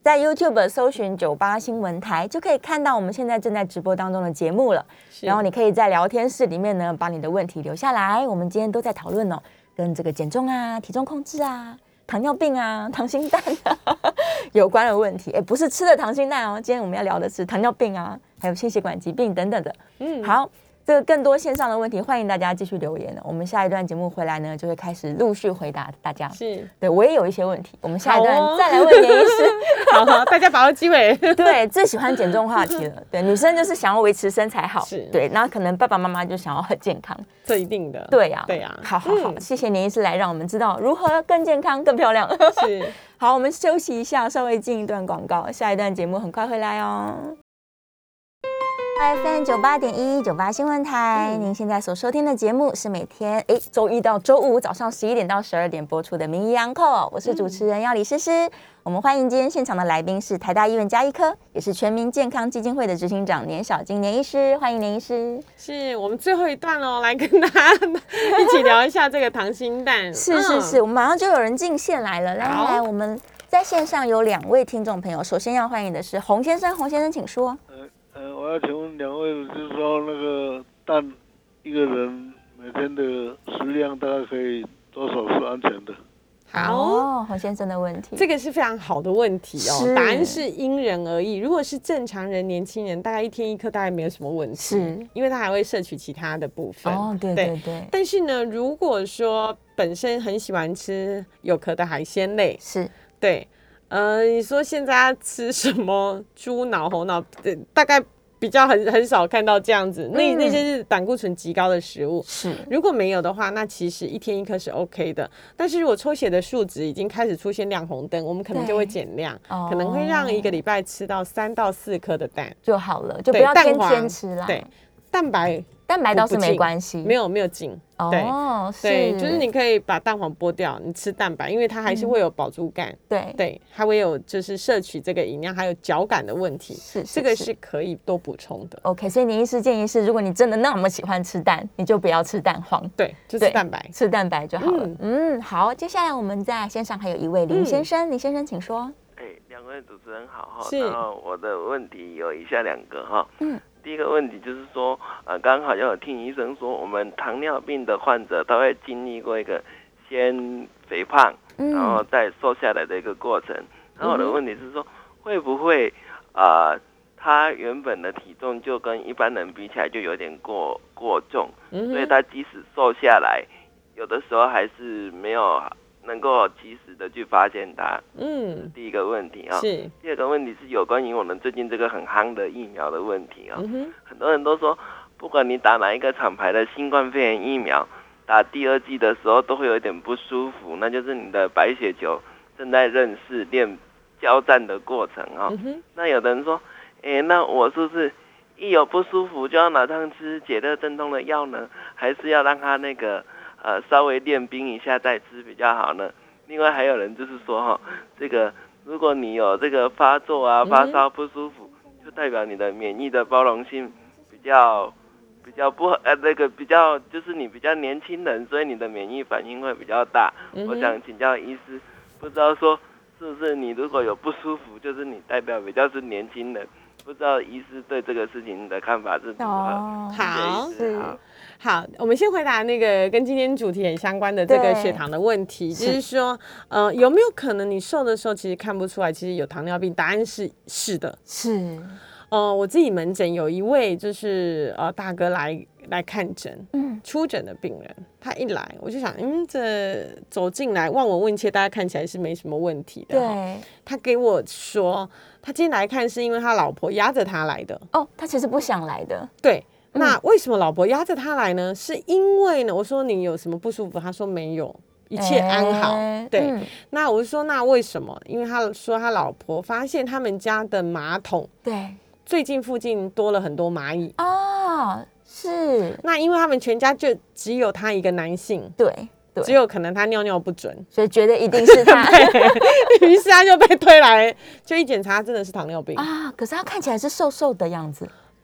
S2: 在 YouTube 搜寻九八新闻台，就可以看到我们现在正在直播当中的节目了。然后你可以在聊天室里面呢，把你的问题留下来。我们今天都在讨论哦，跟这个减重啊、体重控制啊、糖尿病啊、溏心蛋啊有关的问题。哎，不是吃的溏心蛋哦，今天我们要聊的是糖尿病啊，还有心血管疾病等等的。嗯，好。这个更多线上的问题，欢迎大家继续留言。我们下一段节目回来呢，就会开始陆续回答大家。是，对我也有一些问题，我们下一段再来问严医师。
S3: 好，好，大家把握机会。
S2: 对，最喜欢减重话题了。对，女生就是想要维持身材好，是对，那可能爸爸妈妈就想要很健康，
S3: 这一定的。
S2: 对呀、啊，
S3: 对呀、啊。
S2: 好好好，嗯、谢谢严医师来让我们知道如何更健康、更漂亮。是，好，我们休息一下，稍微进一段广告，下一段节目很快回来哦。F M 九八点一九八新闻台，嗯、您现在所收听的节目是每天哎周一到周五早上十一点到十二点播出的《名医 Uncle》，我是主持人要李诗诗。嗯、我们欢迎今天现场的来宾是台大医院家医科，也是全民健康基金会的执行长年小金年医师，欢迎年医师。
S3: 是我们最后一段哦，来跟大家一起聊一下这个溏心蛋。
S2: 是是是，我们马上就有人进线来了，来来，我们在线上有两位听众朋友，首先要欢迎的是洪先生，洪先生请说。
S4: 呃，我要请问两位，就是说那个蛋，一个人每天的食量大概可以多少是安全的？
S2: 好，哦，洪先生的问题，
S3: 这个是非常好的问题哦。答案是因人而异。如果是正常人、年轻人，大概一天一颗大概没有什么问题，是因为他还会摄取其他的部分。
S2: 哦，对对 对, 对。
S3: 但是呢，如果说本身很喜欢吃有壳的海鲜类，
S2: 是
S3: 对。呃，你说现在要吃什么猪脑、猴脑，大概比较很很少看到这样子。那、嗯、那些是胆固醇极高的食物。是，如果没有的话，那其实一天一颗是 OK 的。但是如果抽血的数值已经开始出现亮红灯，我们可能就会减量，可能会让一个礼拜吃到三到四颗的蛋
S2: 就好了，就不要天天吃啦。
S3: 对，蛋白。
S2: 蛋白倒是没关系，
S3: 没有没有禁哦，对，就是你可以把蛋黄剥掉，你吃蛋白，因为它还是会有饱足感，对对，还会有就是摄取这个营养，还有嚼感的问题，是这个是可以多补充的。
S2: OK， 所以年医师建议是，如果你真的那么喜欢吃蛋，你就不要吃蛋黄，
S3: 对，就吃蛋白，
S2: 吃蛋白就好了。嗯，好，接下来我们在线上还有一位林先生，林先生请说。
S5: 哎，两位主持人好哈，然后我的问题有以下两个哈，嗯。第一个问题就是说，呃，刚好有听医生说，我们糖尿病的患者他会经历过一个先肥胖，然后再瘦下来的一个过程。然后我的问题是说，会不会呃，他原本的体重就跟一般人比起来就有点过过重，所以他即使瘦下来，有的时候还是没有能够及时的去发现它。嗯，第一个问题啊、哦，是。第二个问题是有关于我们最近这个很夯的疫苗的问题啊、哦。嗯、很多人都说，不管你打哪一个厂牌的新冠肺炎疫苗，打第二剂的时候都会有一点不舒服，那就是你的白血球正在认识练交战的过程啊、哦。嗯、那有的人说，哎，那我是不是一有不舒服就要马上吃解热镇痛的药呢？还是要让他那个？呃，稍微练兵一下再吃比较好呢。另外还有人就是说哈，这个如果你有这个发作啊、发烧不舒服，嗯、就代表你的免疫的包容性比较比较不呃那个比较就是你比较年轻人，所以你的免疫反应会比较大。嗯、我想请教医师，不知道说是不是你如果有不舒服，就是你代表比较是年轻人。不知道医师对这个事情的看法是如何？
S3: 哦、好，是好，我们先回答那个跟今天主题很相关的这个血糖的问题，就是说，呃，有没有可能你瘦的时候其实看不出来，其实有糖尿病？答案是是的，是。呃，我自己门诊有一位就是呃大哥来来看诊，嗯，初诊的病人，他一来我就想，嗯，这走进来望闻问切，大家看起来是没什么问题的。对，他给我说，他今天来看是因为他老婆压着他来的。
S2: 哦，他其实不想来的。
S3: 对，那为什么老婆压着他来呢？是因为呢，我说你有什么不舒服？他说没有。一切安好，欸、对、嗯。那我就说，那为什么？因为他说他老婆发现他们家的马桶，对，最近附近多了很多蚂蚁
S2: 哦，是。
S3: 那因为他们全家就只有他一个男性，
S2: 对，对，
S3: 只有可能他尿尿不准，
S2: 所以觉得一定是他。
S3: 于是他就被推来，就一检查真的是糖尿病
S2: 啊。可是他看起来是瘦瘦的样子。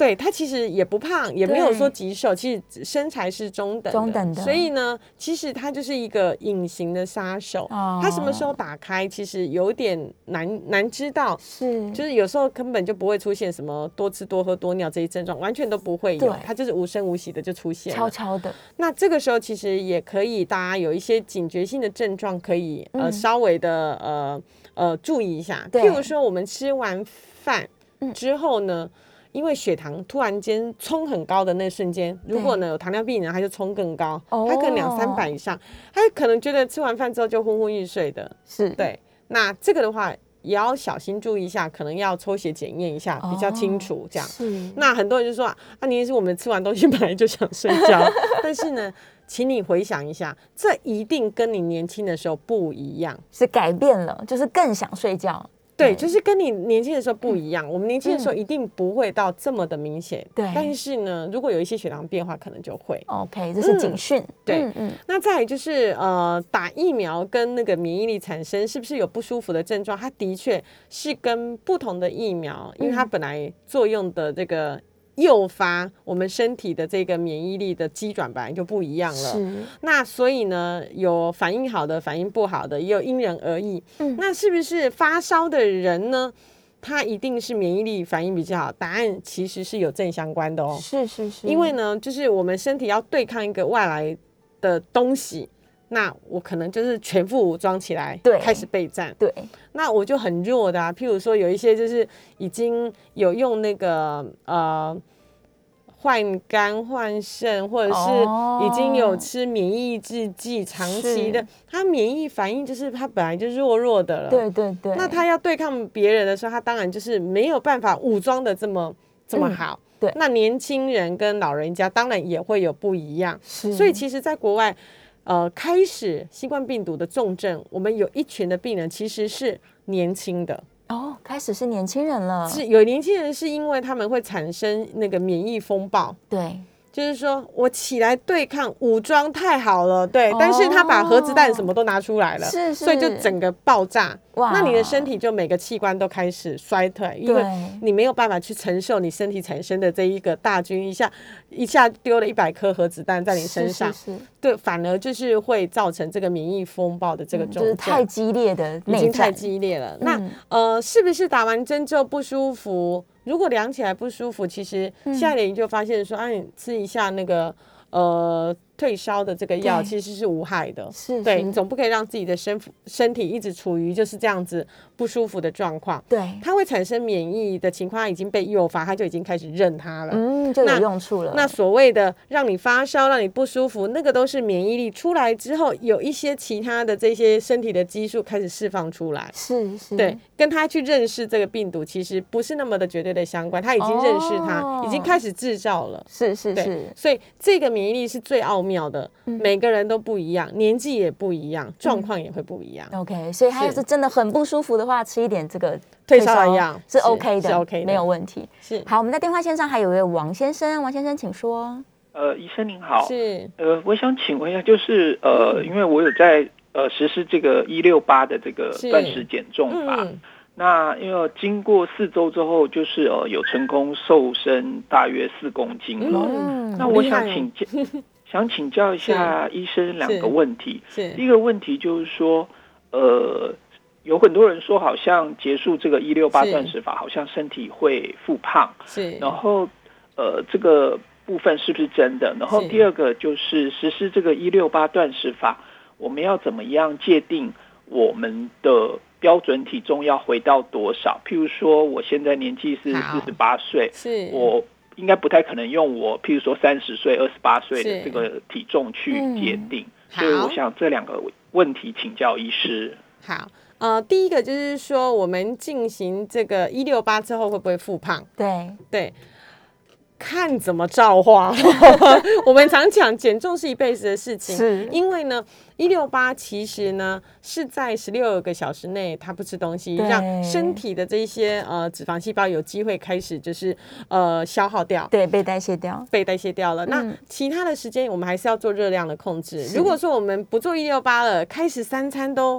S3: 对，他其实也不胖，也没有说极瘦，其实身材是中等的，
S2: 中等的。
S3: 所以呢，其实他就是一个隐形的杀手。哦，他什么时候打开，其实有点难难知道。是，就是有时候根本就不会出现什么多吃多喝多尿这些症状，完全都不会有，他就是无声无息的就出现了，
S2: 悄悄的。那
S3: 这个时候其实也可以，大家有一些警觉性的症状，可以、嗯、呃稍微的呃呃注意一下。譬如说，我们吃完饭之后呢。嗯，因为血糖突然间冲很高的那瞬间，如果呢有糖尿病人，他就冲更高，他可能两三百以上，他可能觉得吃完饭之后就昏昏欲睡的，是对。那这个的话也要小心注意一下，可能要抽血检验一下，比较清楚这样。那很多人就说啊，你是我们吃完东西本来就想睡觉，但是呢，请你回想一下，这一定跟你年轻的时候不一样，
S2: 是改变了，就是更想睡觉。
S3: 对，就是跟你年轻的时候不一样。嗯、我们年轻的时候一定不会到这么的明显，对、嗯。但是呢，如果有一些血糖变化，可能就会。
S2: OK， 这是警讯。嗯、
S3: 对，嗯嗯。那再来就是呃，打疫苗跟那个免疫力产生是不是有不舒服的症状？它的确是跟不同的疫苗，因为它本来作用的这个。诱发我们身体的这个免疫力的机转本来就不一样了，那所以呢，有反应好的，反应不好的，也有因人而异。嗯，那是不是发烧的人呢？他一定是免疫力反应比较好？答案其实是有正相关的哦。是是是，因为呢，就是我们身体要对抗一个外来的东西。那我可能就是全副武装起来，开始备战。对，那我就很弱的啊。譬如说，有一些就是已经有用那个呃换肝换肾，或者是已经有吃免疫制剂，长期的，他免疫反应就是他本来就弱弱的了。对对对。那他要对抗别人的时候，他当然就是没有办法武装的这么这么好。嗯，对。那年轻人跟老人家当然也会有不一样。所以其实，在国外。呃，开始新冠病毒的重症，我们有一群的病人其实是年轻的
S2: 哦，开始是年轻人了，
S3: 是有年轻人是因为他们会产生那个免疫风暴，对，就是说我起来对抗，武装太好了，对，哦、但是他把核子弹什么都拿出来了，是是，所以就整个爆炸。那你的身体就每个器官都开始衰退，因为你没有办法去承受你身体产生的这一个大军一下一下丢了一百颗核子弹在你身上，是是是，对，反而就是会造成这个免疫风暴的这个重症，嗯、就是
S2: 太激烈的内战，
S3: 已经太激烈了。嗯、那呃，是不是打完针之后不舒服？如果量起来不舒服，其实现在的研究发现说，啊，你吃一下那个呃。退烧的这个药其实是无害的，是对你总不可以让自己的身身体一直处于就是这样子不舒服的状况，对，它会产生免疫的情况已经被诱发，它就已经开始认它了，
S2: 嗯，就有用处了。
S3: 那, 那所谓的让你发烧让你不舒服，那个都是免疫力出来之后有一些其他的这些身体的激素开始释放出来，是是，对，跟他去认识这个病毒其实不是那么的绝对的相关，他已经认识它，哦、已经开始制造了，是是是，所以这个免疫力是最奥妙的，嗯、每个人都不一样，年纪也不一样，状况也会不一样。
S2: 嗯、OK， 所以他要是真的很不舒服的话，吃一点这个
S3: 退烧的药
S2: 是 OK 的，
S3: 是 OK 的，
S2: 没有问题。是好，我们在电话线上还有一位王先生，王先生请说。
S6: 呃，医生您好，
S3: 是
S6: 呃，我想请问一下，就是呃，嗯、因为我有在呃实施这个一六八的这个断食减重法。嗯，那因为经过四周之后，就是呃有成功瘦身大约四公斤了。嗯，那我想请教，想请教一下医生两个问题。是，第一个问题就是说，呃，有很多人说好像结束这个一六八断食法，好像身体会复胖。是，然后呃这个部分是不是真的？然后第二个就是实施这个一六八断食法，我们要怎么样界定我们的标准体重要回到多少？譬如说我现在年纪是四十八岁，我应该不太可能用我譬如说三十岁二十八岁的这个体重去界定，嗯、所以我想这两个问题请教医师。
S3: 好，呃，第一个就是说我们进行这个一六八之后会不会复胖？对对，看怎么造化。我们常讲减重是一辈子的事情，是因为呢一六八其实呢是在十六个小时内它不吃东西，让身体的这些呃脂肪细胞有机会开始就是呃消耗掉，
S2: 对，被代谢掉，
S3: 被代谢掉了。嗯、那其他的时间我们还是要做热量的控制。如果说我们不做一六八了，开始三餐都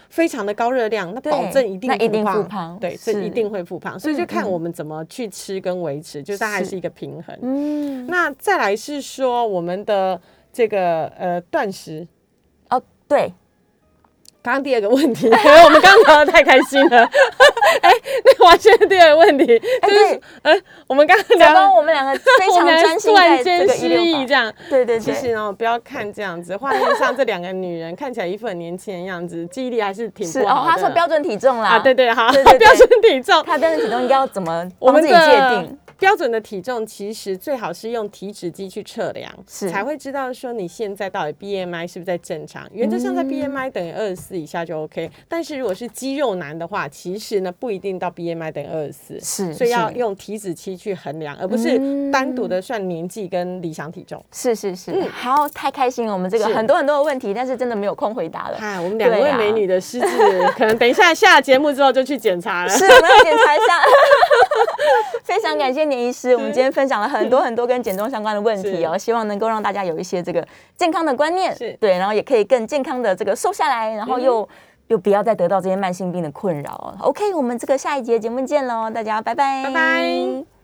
S3: 非常的高热量，那保证一定
S2: 那一定
S3: 复
S2: 胖，
S3: 对，这一定会复胖，所以就看我们怎么去吃跟维持，就大概是一个平衡。嗯，那再来是说我们的这个呃断食，
S2: 哦，对。
S3: 刚刚第二个问题，我们刚刚聊得太开心了。哎，那完全第二个问题就是，哎、呃，我们刚刚聊，
S2: 我们两个非常专心在这个
S3: 失忆，这样。
S2: 对对对。
S3: 其实呢，不要看这样子，画面上这两个女人看起来一副很年轻的样子，记忆力还是挺不好的。
S2: 哦，他说标准体重啦。
S3: 啊，对对，好，对对对，标准体重，
S2: 他标准体重应该要怎么帮自己界定？
S3: 标准的体重其实最好是用体脂机去测量，才会知道说你现在到底 B M I 是不是在正常。原则上在 B M I 等于二十四以下就 OK， 但是如果是肌肉男的话，其实呢不一定到 B M I 等于二十四，
S2: 是，
S3: 所以要用体脂机去衡量，而不是单独的算年纪跟理想体重。
S2: 是是是，嗯，好，太开心了，我们这个很多很多的问题，但是真的没有空回答了。
S3: 嗨，我们两位美女的失智，可能等一下下节目之后就去检查了。
S2: 是，我们要检查一下。非常感谢年医师，我们今天分享了很多很多跟减重相关的问题哦，希望能够让大家有一些这个健康的观念，对，然后也可以更健康的这个瘦下来，然后又、嗯、又不要再得到这些慢性病的困扰。OK， 我们这个下一节节目见喽，大家拜拜，
S3: 拜拜。